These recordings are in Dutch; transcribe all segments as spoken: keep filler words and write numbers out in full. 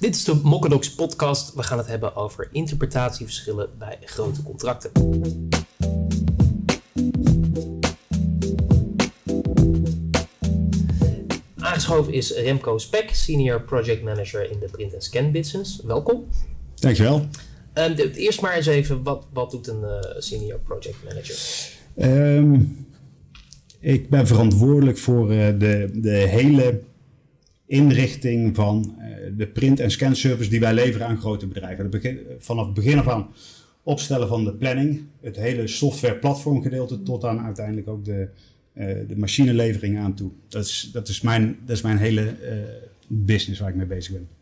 Dit is de Mokkadocs podcast. We gaan het hebben over interpretatieverschillen bij grote contracten. Aangeschoven is Remco Spek, Senior Project Manager in de Print and Scan Business. Welkom. Dankjewel. Um, de, eerst maar eens even, wat, wat doet een uh, Senior Project Manager? Um, ik ben verantwoordelijk voor uh, de, de hele inrichting van uh, de print- en scanservice die wij leveren aan grote bedrijven. Begin, vanaf het begin af aan opstellen van de planning, het hele software-platformgedeelte tot aan uiteindelijk ook de, uh, de machinelevering aan toe. Dat is, dat is, mijn, dat is mijn hele uh, business waar ik mee bezig ben.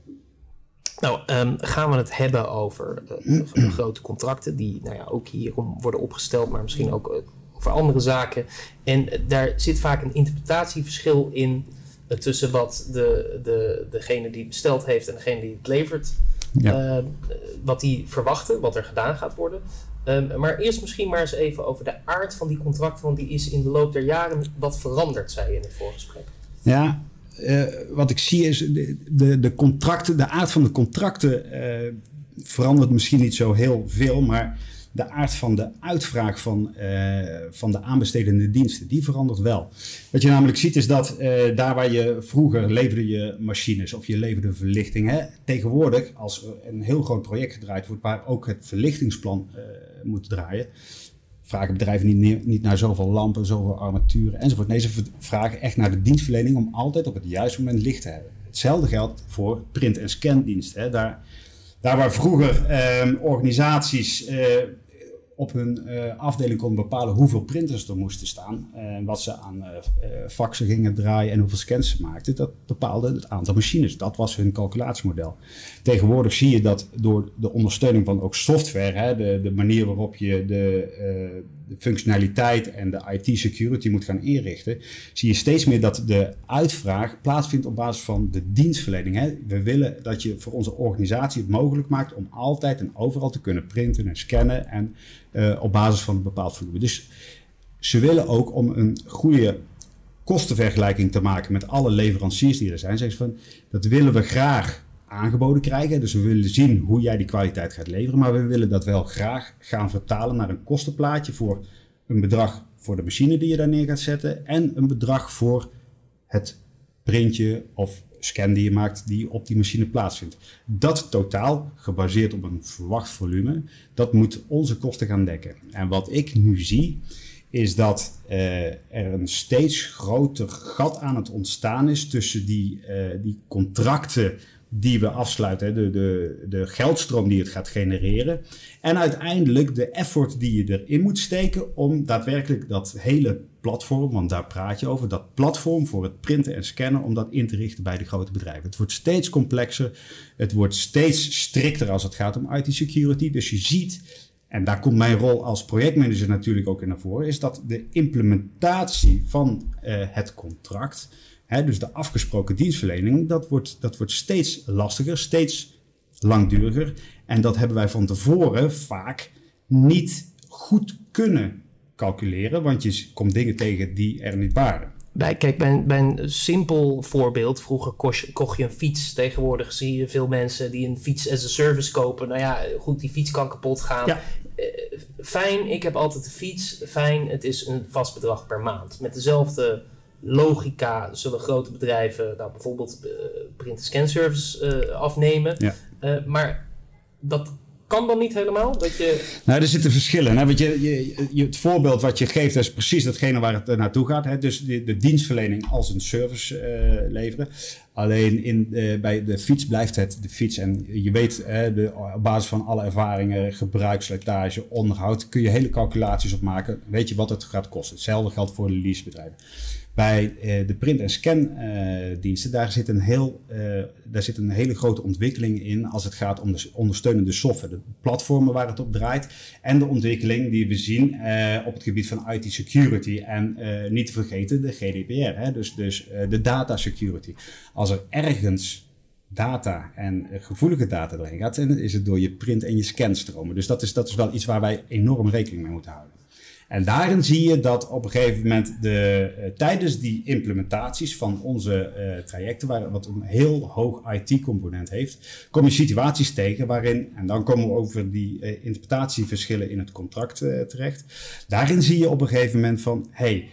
Nou, um, gaan we het hebben over uh, grote contracten die nou ja, ook hierom worden opgesteld, maar misschien ook uh, over andere zaken. En uh, daar zit vaak een interpretatieverschil in uh, tussen wat de, de, degene die het besteld heeft en degene die het levert, ja. uh, wat die verwachten, wat er gedaan gaat worden. Um, maar eerst misschien maar eens even over de aard van die contracten, want die is in de loop der jaren wat veranderd, zei je in het voorgesprek. Ja. Uh, wat ik zie is de, de, de contracten, de aard van de contracten uh, verandert misschien niet zo heel veel, maar de aard van de uitvraag van, uh, van de aanbestedende diensten, die verandert wel. Wat je namelijk ziet is dat uh, daar waar je vroeger leverde je machines of je leverde verlichting, hè, tegenwoordig als er een heel groot project gedraaid wordt waar ook het verlichtingsplan uh, moet draaien, vragen bedrijven niet, neer, niet naar zoveel lampen, zoveel armaturen enzovoort. Nee, ze vragen echt naar de dienstverlening om altijd op het juiste moment licht te hebben. Hetzelfde geldt voor print- en scandiensten. Hè. Daar, daar waar vroeger eh, organisaties eh, op hun uh, afdeling konden bepalen hoeveel printers er moesten staan, en uh, wat ze aan uh, uh, faxen gingen draaien en hoeveel scans ze maakten, dat bepaalde het aantal machines. Dat was hun calculatiemodel. Tegenwoordig zie je dat door de ondersteuning van ook software, hè, de, de manier waarop je de, uh, de functionaliteit en de I T-security moet gaan inrichten, zie je steeds meer dat de uitvraag plaatsvindt op basis van de dienstverlening. Hè. We willen dat je voor onze organisatie het mogelijk maakt om altijd en overal te kunnen printen en scannen en Uh, op basis van een bepaald volume. Dus ze willen ook om een goede kostenvergelijking te maken met alle leveranciers die er zijn. Zeggen ze van, dat willen we graag aangeboden krijgen. Dus we willen zien hoe jij die kwaliteit gaat leveren. Maar we willen dat wel graag gaan vertalen naar een kostenplaatje voor een bedrag voor de machine die je daar neer gaat zetten. En een bedrag voor het printje of scan die je maakt die op die machine plaatsvindt. Dat totaal, gebaseerd op een verwacht volume, dat moet onze kosten gaan dekken. En wat ik nu zie, is dat uh, er een steeds groter gat aan het ontstaan is tussen die, uh, die contracten die we afsluiten, de, de, de geldstroom die het gaat genereren, en uiteindelijk de effort die je erin moet steken om daadwerkelijk dat hele platform, want daar praat je over, dat platform voor het printen en scannen, om dat in te richten bij de grote bedrijven. Het wordt steeds complexer, het wordt steeds strikter als het gaat om I T-security. Dus je ziet, en daar komt mijn rol als projectmanager natuurlijk ook in naar voren, is dat de implementatie van uh, het contract, hè, dus de afgesproken dienstverlening, dat wordt, dat wordt steeds lastiger, steeds langduriger. En dat hebben wij van tevoren vaak niet goed kunnen calculeren, want je komt dingen tegen die er niet waren. Bij, kijk, bij een, bij een simpel voorbeeld, vroeger kocht je, kocht je een fiets. Tegenwoordig zie je veel mensen die een fiets as a service kopen. Nou ja, goed, die fiets kan kapot gaan. Ja. Uh, fijn, ik heb altijd een fiets. Fijn, het is een vast bedrag per maand. Met dezelfde logica zullen grote bedrijven nou, bijvoorbeeld uh, print-scan service uh, afnemen. Ja. Uh, maar dat kan dan niet helemaal? Dat je... Nou, er zitten verschillen. Hè? Want je, je, je, het voorbeeld wat je geeft is precies datgene waar het naartoe gaat. Hè? Dus de, de dienstverlening als een service uh, leveren. Alleen in, uh, bij de fiets blijft het de fiets. En je weet, uh, de, op basis van alle ervaringen, gebruik, slijtage, onderhoud, kun je hele calculaties op maken. Weet je wat het gaat kosten. Hetzelfde geldt voor de leasebedrijven. Bij uh, de print- en scandiensten, uh, daar, zit een heel, uh, daar zit een hele grote ontwikkeling in als het gaat om de ondersteunende software. De platformen waar het op draait en de ontwikkeling die we zien uh, op het gebied van I T security. En uh, niet te vergeten de G D P R, hè? dus, dus uh, de data security. Als er ergens data en uh, gevoelige data doorheen gaat, dan is het door je print- en je scanstromen. Dus dat is, dat is wel iets waar wij enorm rekening mee moeten houden. En daarin zie je dat op een gegeven moment de, uh, tijdens die implementaties van onze uh, trajecten, waar, wat een heel hoog I T-component heeft, kom je situaties tegen waarin, en dan komen we over die uh, interpretatieverschillen in het contract uh, terecht. Daarin zie je op een gegeven moment van, hey,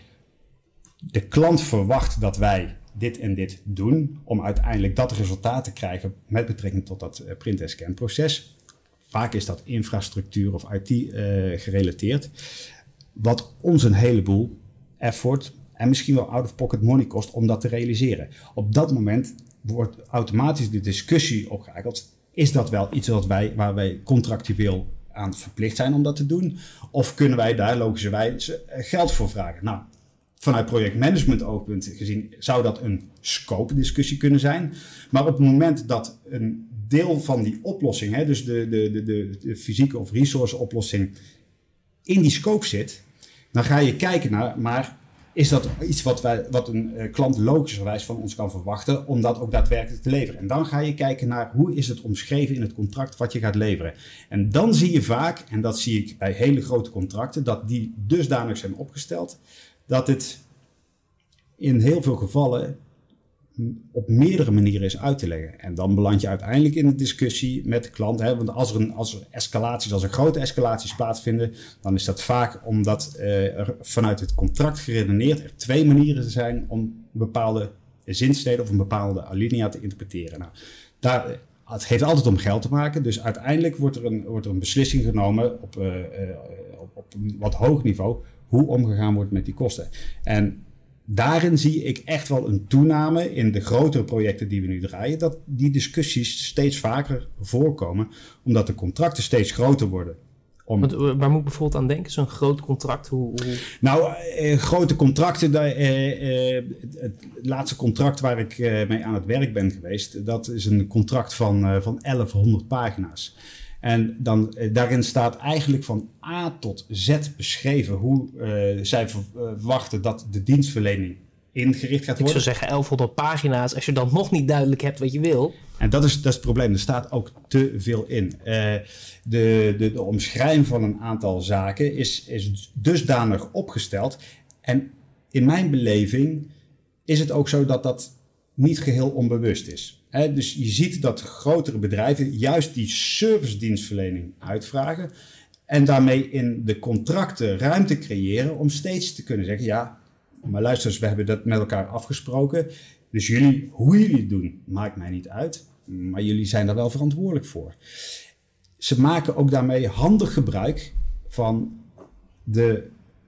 de klant verwacht dat wij dit en dit doen om uiteindelijk dat resultaat te krijgen met betrekking tot dat uh, print- en scanproces. Vaak is dat infrastructuur of I T uh, gerelateerd. Wat ons een heleboel effort en misschien wel out-of-pocket money kost om dat te realiseren. Op dat moment wordt automatisch de discussie opgerakeld. Is dat wel iets wat wij, waar wij contractueel aan verplicht zijn om dat te doen? Of kunnen wij daar logischerwijs geld voor vragen? Nou, vanuit projectmanagement oogpunt gezien zou dat een scope discussie kunnen zijn. Maar op het moment dat een deel van die oplossing, hè, dus de, de, de, de, de fysieke of resource oplossing, in die scope zit, dan ga je kijken naar, maar is dat iets wat, wij, wat een uh, klant logischerwijs van ons kan verwachten om dat ook daadwerkelijk te leveren? En dan ga je kijken naar hoe is het omschreven in het contract wat je gaat leveren. En dan zie je vaak, en dat zie ik bij hele grote contracten, dat die dusdanig zijn opgesteld dat het in heel veel gevallen op meerdere manieren is uit te leggen. En dan beland je uiteindelijk in een discussie met de klant. Hè? Want als er, een, als er escalaties, als er grote escalaties plaatsvinden, dan is dat vaak omdat uh, er vanuit het contract geredeneerd er twee manieren zijn om een bepaalde zinsnede of een bepaalde alinea te interpreteren. Nou, daar, het heeft altijd om geld te maken. Dus uiteindelijk wordt er een, wordt er een beslissing genomen op, uh, uh, op, op een wat hoog niveau hoe omgegaan wordt met die kosten. En daarin zie ik echt wel een toename in de grotere projecten die we nu draaien, dat die discussies steeds vaker voorkomen, omdat de contracten steeds groter worden. Om... Wat, waar moet ik bijvoorbeeld aan denken? Zo'n groot contract? Hoe, hoe... Nou, eh, grote contracten, eh, eh, het laatste contract waar ik eh, mee aan het werk ben geweest, dat is een contract van, eh, van elfhonderd pagina's. En dan, eh, daarin staat eigenlijk van A tot Z beschreven hoe uh, zij verwachten dat de dienstverlening ingericht gaat worden. Ik zou zeggen elfhonderd pagina's, als je dan nog niet duidelijk hebt wat je wil. En dat is, dat is het probleem, er staat ook te veel in. Uh, de, de, de omschrijving van een aantal zaken is, is dusdanig opgesteld. En in mijn beleving is het ook zo dat dat niet geheel onbewust is. He, dus je ziet dat grotere bedrijven juist die servicedienstverlening uitvragen en daarmee in de contracten ruimte creëren om steeds te kunnen zeggen, ja, maar luister eens, we hebben dat met elkaar afgesproken, dus jullie, hoe jullie het doen, maakt mij niet uit, maar jullie zijn daar wel verantwoordelijk voor. Ze maken ook daarmee handig gebruik van de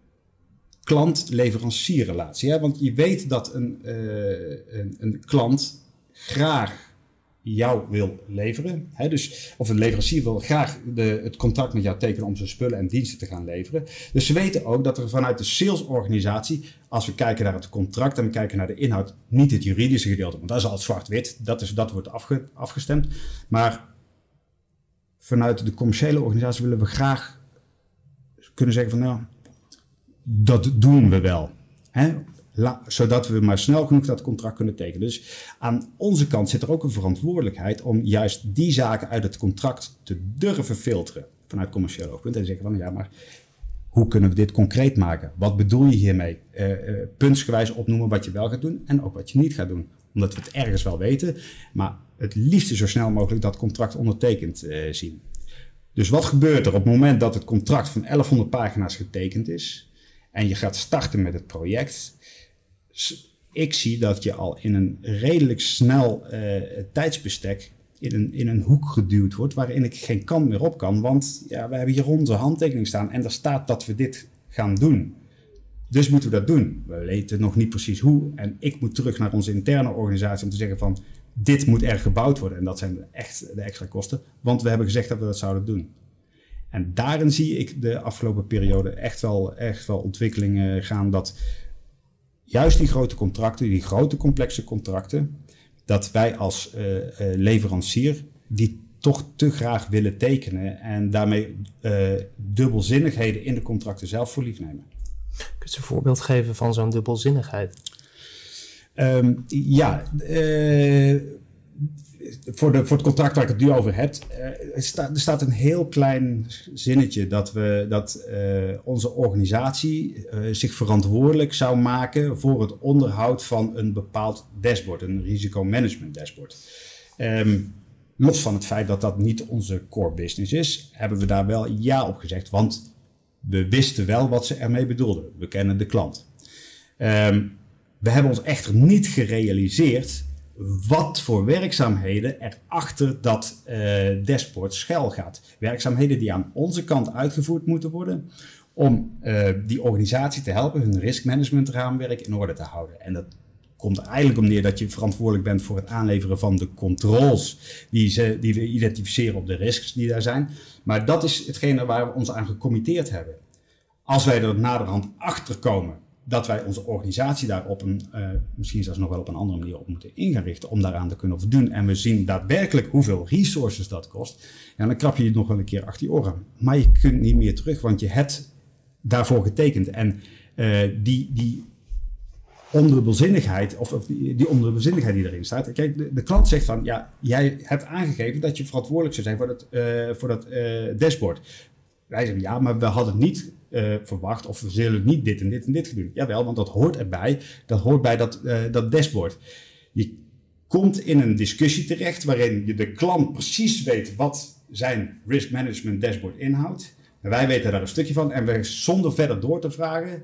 klant-leverancierrelatie. Hè? Want je weet dat een, uh, een, een klant graag jou wil leveren. Hè? Dus, of een leverancier wil graag de, het contract met jou tekenen om zijn spullen en diensten te gaan leveren. Dus ze weten ook dat er vanuit de salesorganisatie, als we kijken naar het contract en we kijken naar de inhoud, niet het juridische gedeelte, want dat is al zwart-wit, dat, is, dat wordt afge, afgestemd. Maar vanuit de commerciële organisatie willen we graag kunnen zeggen van, nou, dat doen we wel. Hè? La, zodat we maar snel genoeg dat contract kunnen tekenen. Dus aan onze kant zit er ook een verantwoordelijkheid om juist die zaken uit het contract te durven filteren vanuit commercieel oogpunt. En zeggen van ja, maar hoe kunnen we dit concreet maken? Wat bedoel je hiermee? Uh, uh, puntsgewijs opnoemen wat je wel gaat doen en ook wat je niet gaat doen. Omdat we het ergens wel weten, maar het liefst zo snel mogelijk dat contract ondertekend uh, zien. Dus wat gebeurt er op het moment dat het contract van elfhonderd pagina's getekend is en je gaat starten met het project? Ik zie dat je al in een redelijk snel uh, tijdsbestek in een, in een hoek geduwd wordt waarin ik geen kant meer op kan. Want ja, we hebben hier onze handtekening staan en daar staat dat we dit gaan doen. Dus moeten we dat doen. We weten nog niet precies hoe. En ik moet terug naar onze interne organisatie om te zeggen van dit moet er gebouwd worden. En dat zijn de, echt de extra kosten. Want we hebben gezegd dat we dat zouden doen. En daarin zie ik de afgelopen periode echt wel, echt wel ontwikkelingen gaan dat juist die grote contracten, die grote complexe contracten, dat wij als uh, uh, leverancier die toch te graag willen tekenen en daarmee uh, dubbelzinnigheden in de contracten zelf voor lief nemen. Kun je een voorbeeld geven van zo'n dubbelzinnigheid? Um, ja, uh, voor, de, voor het contract waar ik het nu over heb, uh, er, sta, er staat een heel klein zinnetje dat, we, dat uh, onze organisatie uh, zich verantwoordelijk zou maken voor het onderhoud van een bepaald dashboard, een risicomanagement dashboard. Um, los van het feit dat dat niet onze core business is, hebben we daar wel ja op gezegd, want we wisten wel wat ze ermee bedoelden. We kennen de klant. Um, we hebben ons echter niet gerealiseerd wat voor werkzaamheden er achter dat uh, dashboard schuil gaat. Werkzaamheden die aan onze kant uitgevoerd moeten worden om uh, die organisatie te helpen hun riskmanagement raamwerk in orde te houden. En dat komt er eigenlijk om neer dat je verantwoordelijk bent voor het aanleveren van de controls die, ze, die we identificeren op de risks die daar zijn. Maar dat is hetgene waar we ons aan gecommitteerd hebben. Als wij er naderhand achter komen dat wij onze organisatie daar op een, uh, misschien zelfs nog wel op een andere manier op moeten in gaan richten om daaraan te kunnen voldoen. En we zien daadwerkelijk hoeveel resources dat kost. Ja, dan krap je het nog wel een keer achter je oren. Maar je kunt niet meer terug, want je hebt daarvoor getekend. En uh, die, die ondubbelzinnigheid, of, of die, die ondubbelzinnigheid die erin staat. Kijk, de, de klant zegt van, ja, jij hebt aangegeven dat je verantwoordelijk zou zijn voor dat, uh, voor dat uh, dashboard. Wij zeggen, ja, maar we hadden niet uh, verwacht of we zullen niet dit en dit en dit gaan doen. Jawel, want dat hoort erbij. Dat hoort bij dat, uh, dat dashboard. Je komt in een discussie terecht waarin je de klant precies weet wat zijn risk management dashboard inhoudt. En wij weten daar een stukje van en we zonder verder door te vragen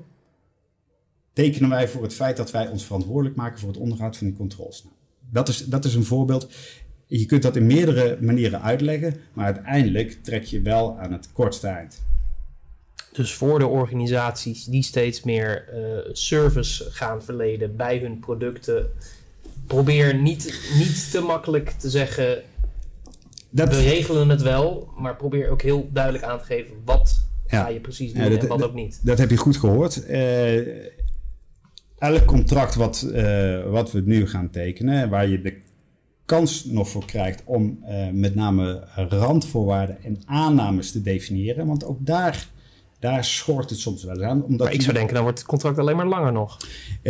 tekenen wij voor het feit dat wij ons verantwoordelijk maken voor het onderhoud van die controls. Nou, dat is, dat is een voorbeeld. Je kunt dat in meerdere manieren uitleggen, maar uiteindelijk trek je wel aan het kortste eind. Dus voor de organisaties die steeds meer uh, service gaan verlenen bij hun producten, probeer niet, niet te makkelijk te zeggen, dat, we regelen het wel, maar probeer ook heel duidelijk aan te geven wat ja, ga je precies doen ja, dat, en wat dat, ook niet. Dat heb je goed gehoord. Uh, elk contract wat, uh, wat we nu gaan tekenen, waar je de kans nog voor krijgt om uh, met name randvoorwaarden en aannames te definiëren. Want ook daar, daar schort het soms wel eens aan. Omdat maar ik zou denken, dan wordt het contract alleen maar langer nog.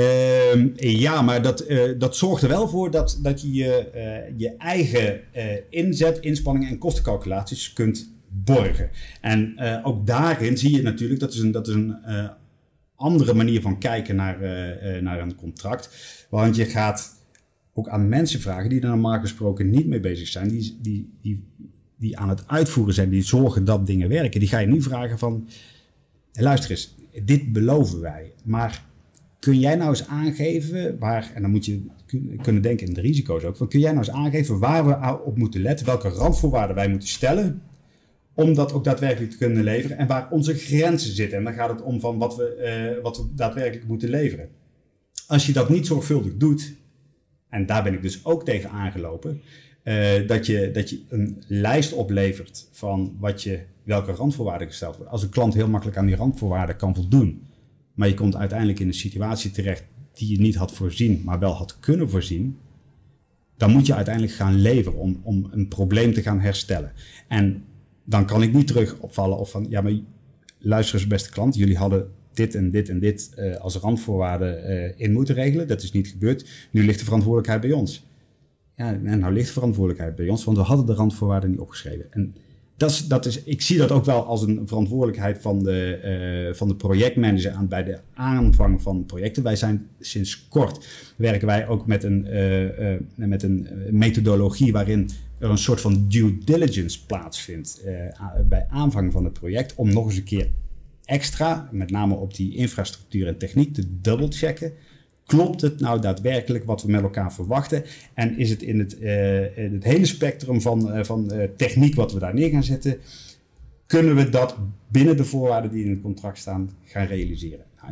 Uh, ja, maar dat, uh, dat zorgt er wel voor dat, dat je uh, je eigen uh, inzet, inspanningen en kostencalculaties kunt borgen. En uh, ook daarin zie je natuurlijk, dat is een, dat is een uh, andere manier van kijken naar, uh, uh, naar een contract. Want je gaat ook aan mensen vragen die er normaal gesproken niet mee bezig zijn. Die, die, die, die aan het uitvoeren zijn. Die zorgen dat dingen werken. Die ga je nu vragen van, luister eens, dit beloven wij. Maar kun jij nou eens aangeven waar, en dan moet je kunnen denken in de risico's ook. Van, kun jij nou eens aangeven waar we op moeten letten. Welke randvoorwaarden wij moeten stellen. Om dat ook daadwerkelijk te kunnen leveren. En waar onze grenzen zitten. En dan gaat het om van wat we, uh, wat we daadwerkelijk moeten leveren. Als je dat niet zorgvuldig doet. En daar ben ik dus ook tegen aangelopen. Uh, dat, je, dat je een lijst oplevert van wat je, welke randvoorwaarden gesteld worden. Als een klant heel makkelijk aan die randvoorwaarden kan voldoen. Maar je komt uiteindelijk in een situatie terecht die je niet had voorzien, maar wel had kunnen voorzien. Dan moet je uiteindelijk gaan leveren om, om een probleem te gaan herstellen. En dan kan ik niet terug opvallen of van, ja maar luister eens beste klant, jullie hadden dit en dit en dit uh, als randvoorwaarden uh, in moeten regelen. Dat is niet gebeurd. Nu ligt de verantwoordelijkheid bij ons. Ja, en nou ligt de verantwoordelijkheid bij ons, want we hadden de randvoorwaarden niet opgeschreven. En dat is, dat is, ik zie dat ook wel als een verantwoordelijkheid van de, uh, van de projectmanager aan, bij de aanvang van projecten. Wij zijn sinds kort, werken wij ook met een, uh, uh, met een methodologie waarin er een soort van due diligence plaatsvindt uh, bij aanvang van het project, om nog eens een keer extra, met name op die infrastructuur en techniek, te dubbelchecken. Klopt het nou daadwerkelijk wat we met elkaar verwachten? En is het in het, uh, in het hele spectrum van, uh, van uh, techniek wat we daar neer gaan zetten, kunnen we dat binnen de voorwaarden die in het contract staan gaan realiseren? Nou,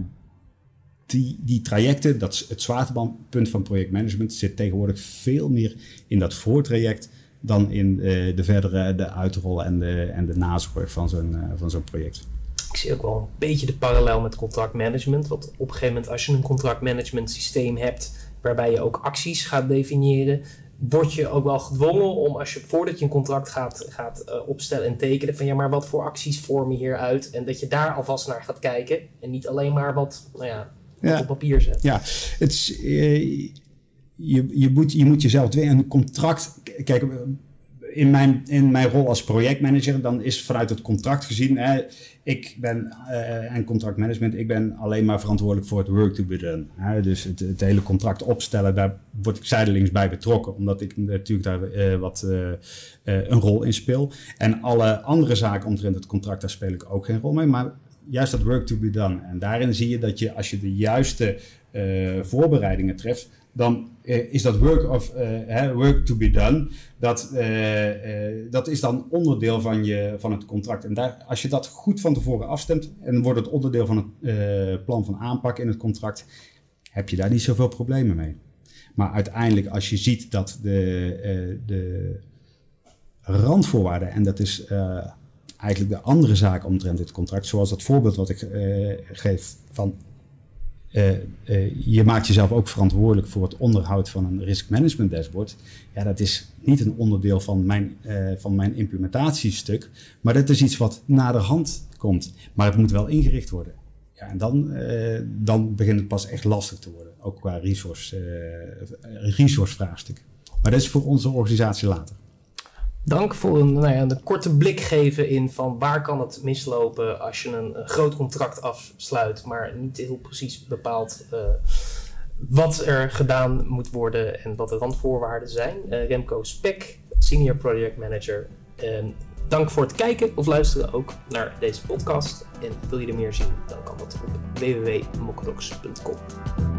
die, die trajecten, dat is het zwaartepunt van projectmanagement, zit tegenwoordig veel meer in dat voortraject dan in uh, de verdere de uitrollen en de, en de nazorg van zo'n, uh, van zo'n project. Ik zie ook wel een beetje de parallel met contractmanagement. Want op een gegeven moment als je een contractmanagement systeem hebt waarbij je ook acties gaat definiëren, word je ook wel gedwongen om, als je voordat je een contract gaat, gaat uh, opstellen en tekenen, van ja, maar wat voor acties vormen hieruit? En dat je daar alvast naar gaat kijken en niet alleen maar wat, nou ja, wat ja. op papier zet. Ja, het is, uh, je, je, moet, je moet jezelf dwingen. Een contract, kijk, in mijn, in mijn rol als projectmanager, dan is vanuit het contract gezien, hè, ik ben, uh, en contractmanagement, ik ben alleen maar verantwoordelijk voor het work to be done. Hè, dus het, het hele contract opstellen, daar word ik zijdelings bij betrokken, omdat ik natuurlijk daar uh, wat uh, uh, een rol in speel. En alle andere zaken omtrent het contract, daar speel ik ook geen rol mee, maar juist dat work to be done. En daarin zie je dat je, als je de juiste uh, voorbereidingen treft, dan uh, is dat work, of, uh, work to be done, dat, uh, uh, dat is dan onderdeel van, je, van het contract. En daar, als je dat goed van tevoren afstemt, en dan wordt het onderdeel van het uh, plan van aanpak in het contract, heb je daar niet zoveel problemen mee. Maar uiteindelijk, als je ziet dat de, uh, de randvoorwaarden, en dat is uh, eigenlijk de andere zaak omtrent dit contract, zoals dat voorbeeld wat ik uh, geef van Uh, uh, je maakt jezelf ook verantwoordelijk voor het onderhoud van een risk management dashboard. Ja, dat is niet een onderdeel van mijn, uh, van mijn implementatiestuk, maar dat is iets wat naderhand komt. Maar het moet wel ingericht worden. Ja, en dan, uh, dan begint het pas echt lastig te worden, ook qua resource, uh, resource vraagstuk. Maar dat is voor onze organisatie later. Dank voor een, nou ja, een korte blik geven in van waar kan het mislopen als je een, een groot contract afsluit, maar niet heel precies bepaalt uh, wat er gedaan moet worden en wat de randvoorwaarden zijn. Uh, Remco Spek, Senior Project Manager. Uh, dank voor het kijken of luisteren ook naar deze podcast. En wil je er meer zien, dan kan dat op w w w punt mokadox punt com.